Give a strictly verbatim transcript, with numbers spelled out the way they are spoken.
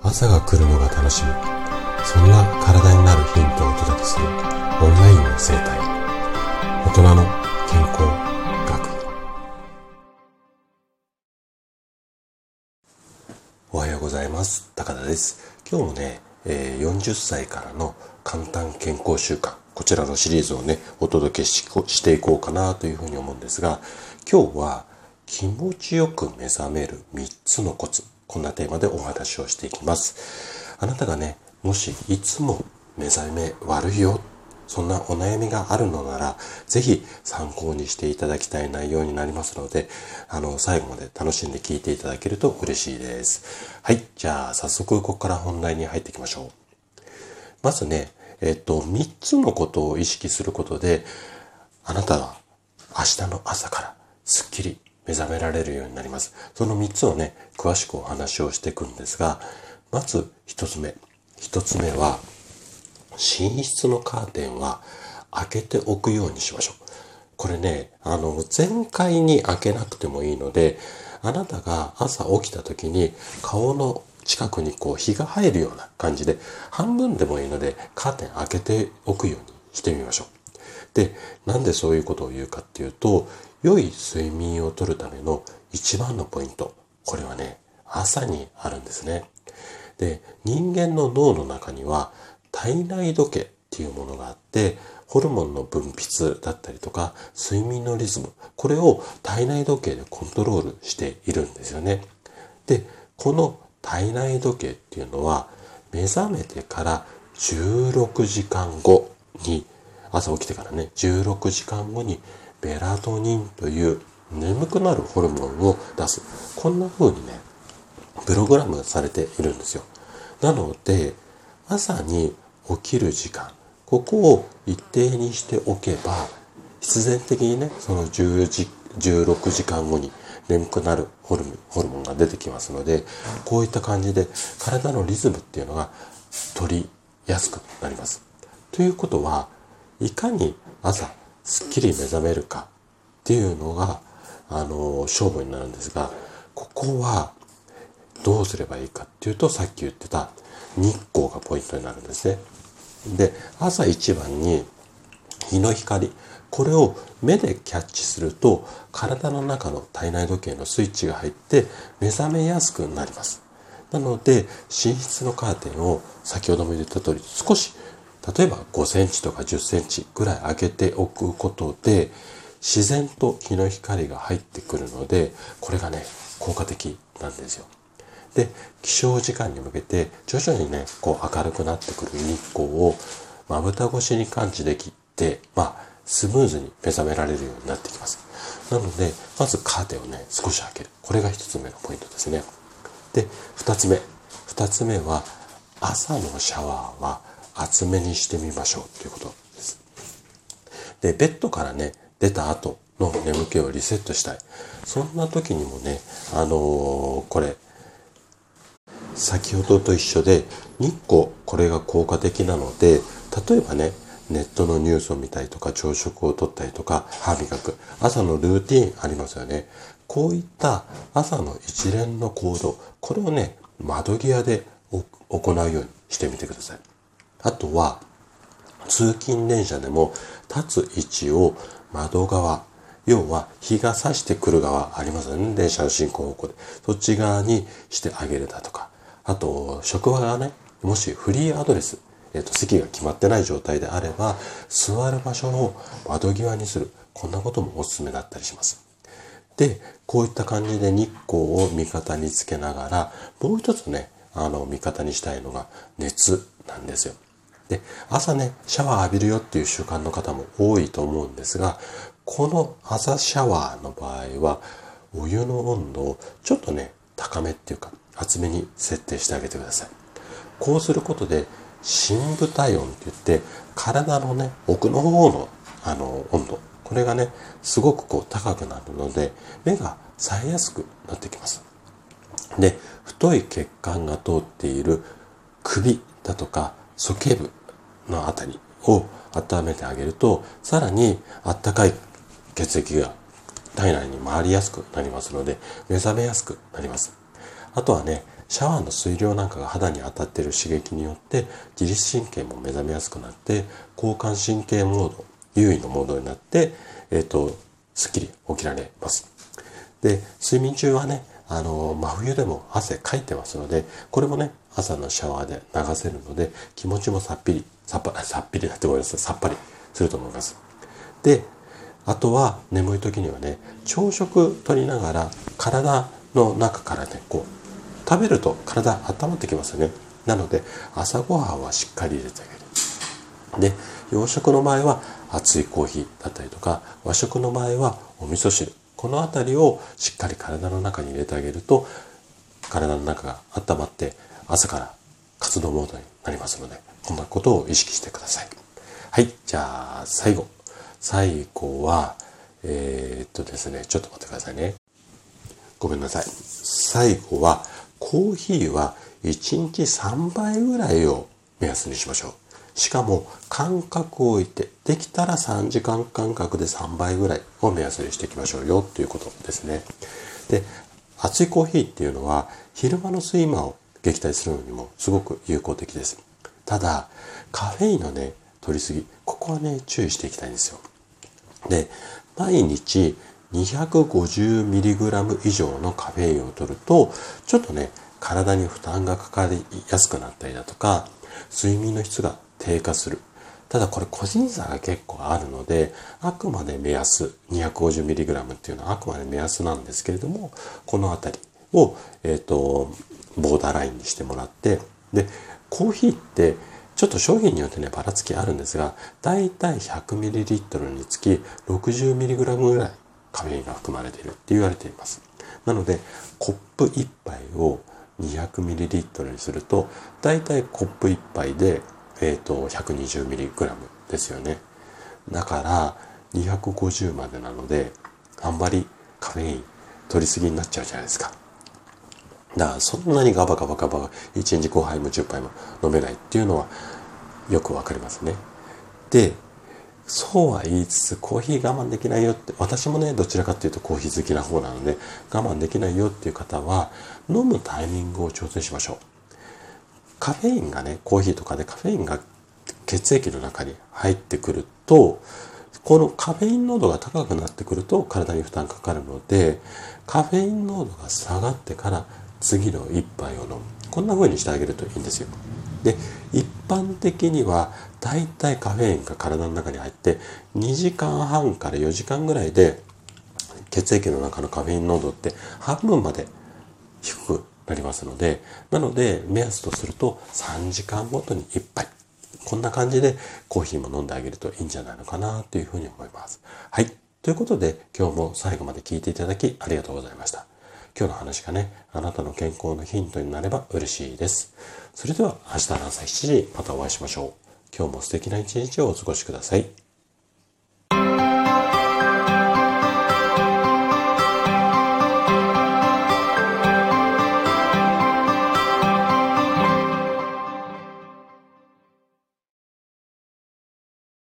朝が来るのが楽しみ、そんな体になるヒントをお届けするオンラインの生態、大人の健康学。おはようございます。高田です。今日もね、えー、よんじゅっさいからの簡単健康習慣、こちらのシリーズをねお届け し, していこうかなというふうに思うんですが、今日は気持ちよく目覚めるみっつのコツ、こんなテーマでお話をしていきます。あなたがね、もしいつも目覚め悪いよ、そんなお悩みがあるのなら、ぜひ参考にしていただきたい内容になりますので、あの最後まで楽しんで聞いていただけると嬉しいです。はい、じゃあ早速ここから本題に入っていきましょう。まずね、えっとみっつのことを意識することで、あなたは明日の朝からすっきり目覚められるようになります。そのみっつをね、詳しくお話をしていくんですが、まずひとつめ。ひとつめは、寝室のカーテンは開けておくようにしましょう。これね、あの、全開に開けなくてもいいので、あなたが朝起きた時に顔の近くにこう日が入るような感じで、半分でもいいのでカーテン開けておくようにしてみましょう。で、なんでそういうことを言うかっていうと、良い睡眠をとるための一番のポイント、これはね、朝にあるんですね。で、人間の脳の中には体内時計っていうものがあって、ホルモンの分泌だったりとか睡眠のリズム、これを体内時計でコントロールしているんですよね。で、この体内時計っていうのは目覚めてからじゅうろくじかんごに、朝起きてからね、じゅうろくじかんごにメラトニンという眠くなるホルモンを出す。こんな風にね、プログラムされているんですよ。なので、朝に起きる時間、ここを一定にしておけば、必然的にね、そのじゅうじ、じゅうろくじかんごに眠くなるホルモン、ホルモンが出てきますので、こういった感じで体のリズムっていうのが取りやすくなります。ということは、いかに朝すっきり目覚めるかっていうのが、あの、勝負になるんですが、ここはどうすればいいかっていうと、さっき言ってた日光がポイントになるんですね。で、朝一番に日の光、これを目でキャッチすると、体の中の体内時計のスイッチが入って目覚めやすくなります。なので、寝室のカーテンを先ほども言った通り、少し例えばごセンチとかじゅっセンチぐらい開けておくことで、自然と日の光が入ってくるので、これがね、効果的なんですよ。で、起床時間に向けて徐々にね、こう明るくなってくる日光をまぶた越しに感知できて、まあ、スムーズに目覚められるようになってきます。なので、まずカーテンをね、少し開ける。これが一つ目のポイントですね。で、二つ目。二つ目は、朝のシャワーは厚めにしてみましょうということです。で、ベッドからね、出た後の眠気をリセットしたい。そんな時にもね、あのー、これ、先ほどと一緒で、日光、これが効果的なので、例えばね、ネットのニュースを見たりとか、朝食をとったりとか、歯磨く、朝のルーティーンありますよね。こういった朝の一連の行動、これをね、窓際で行うようにしてみてください。あとは、通勤電車でも立つ位置を窓側、要は日が差してくる側ありますよね。電車の進行方向で。そっち側にしてあげるだとか。あと、職場がね、もしフリーアドレス、えっと、席が決まってない状態であれば、座る場所を窓際にする。こんなこともおすすめだったりします。で、こういった感じで日光を味方につけながら、もう一つね、あの、味方にしたいのが熱なんですよ。で、朝ね、シャワー浴びるよっていう習慣の方も多いと思うんですが、この朝シャワーの場合は、お湯の温度をちょっとね、高めっていうか、厚めに設定してあげてください。こうすることで、深部体温って言って、体のね、奥の方の、あの、温度、これがね、すごくこう高くなるので、目が冴えやすくなってきます。で、太い血管が通っている首だとか、鼠径部のあたりを温めてあげると、さらにあったかい血液が体内に回りやすくなりますので、目覚めやすくなります。あとはね、 シャワーの水量なんかが肌に当たっている刺激によって自律神経も目覚めやすくなって、交感神経モード、優位のモードになって、えっと、すっきり起きられます。で、睡眠中はね、あの、真冬でも汗かいてますので、これもね、朝のシャワーで流せるので、気持ちもさっぴり、さっぱ、さっぴりだって思います。さっぱりすると思います。で、あとは眠い時にはね、朝食取りながら体の中からね、こう、食べると体温まってきますよね。なので、朝ごはんはしっかり入れてあげる。で、洋食の場合は熱いコーヒーだったりとか、和食の場合はお味噌汁。このあたりをしっかり体の中に入れてあげると、体の中が温まって朝から活動モードになりますので、こんなことを意識してください。はい、じゃあ最後。最後は、えー、っとですね、ちょっと待ってくださいね。ごめんなさい。最後は、コーヒーはいちにちさんばいぐらいを目安にしましょう。しかも間隔を置いて、できたらさんじかん間隔でさんばいぐらいを目安にしていきましょうよっていうことですね。で、熱いコーヒーっていうのは昼間の睡魔を撃退するのにもすごく有効的です。ただ、カフェインのね、取りすぎ、ここはね、注意していきたいんですよ。で、毎日 にひゃくごじゅうミリグラム 以上のカフェインを取ると、ちょっとね、体に負担がかかりやすくなったりだとか、睡眠の質が低下する。ただこれ個人差が結構あるので、あくまで目安 にひゃくごじゅうミリグラム っていうのはあくまで目安なんですけれども、このあたりを、えっと、ボーダーラインにしてもらって、で、コーヒーってちょっと商品によってね、ばらつきあるんですが、だいたい ひゃくミリリットル につき ろくじゅうミリグラム ぐらいカフェインが含まれているって言われています。なので、コップいっぱいを にひゃくミリリットル にすると、だいたいコップいっぱいで、えっと、ひゃくにじゅうミリグラム ですよね。だから、にひゃくごじゅうまでなので、あんまりカフェイン取りすぎになっちゃうじゃないですか。だからそんなにガバガバガバいちにちごはいもじゅっぱいも飲めないっていうのはよくわかりますね。で、そうは言いつつコーヒー我慢できないよって、私もね、どちらかというとコーヒー好きな方なので我慢できないよっていう方は飲むタイミングを調整しましょう。カフェインがね、コーヒーとかでカフェインが血液の中に入ってくると、このカフェイン濃度が高くなってくると体に負担かかるので、カフェイン濃度が下がってから次の一杯を飲む。こんな風にしてあげるといいんですよ。で、一般的にはだいたいカフェインが体の中に入ってにじかんはんからよじかんぐらいで血液の中のカフェイン濃度って半分まで低くなりますので、なので目安とするとさんじかんごとにいっぱい。こんな感じでコーヒーも飲んであげるといいんじゃないのかなというふうに思います。はい。ということで今日も最後まで聞いていただきありがとうございました。今日の話がね、あなたの健康のヒントになれば嬉しいです。それでは明日の朝しちじまたお会いしましょう。今日も素敵な一日をお過ごしください。